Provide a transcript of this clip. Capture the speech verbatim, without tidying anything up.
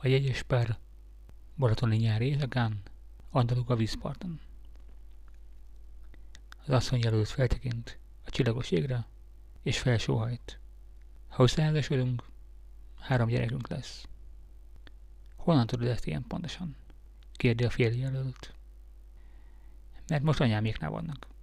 A jegyes pár balatoni nyári éjszakán andaluk a vízparton. Az asszony jelölt feltekint a csillagos égre, és felsóhajt. Ha összeházasodunk, három gyerekünk lesz. Honnan tudod ezt ilyen pontosan? Kérdi a férjelölt. Mert most anyáméknál vannak.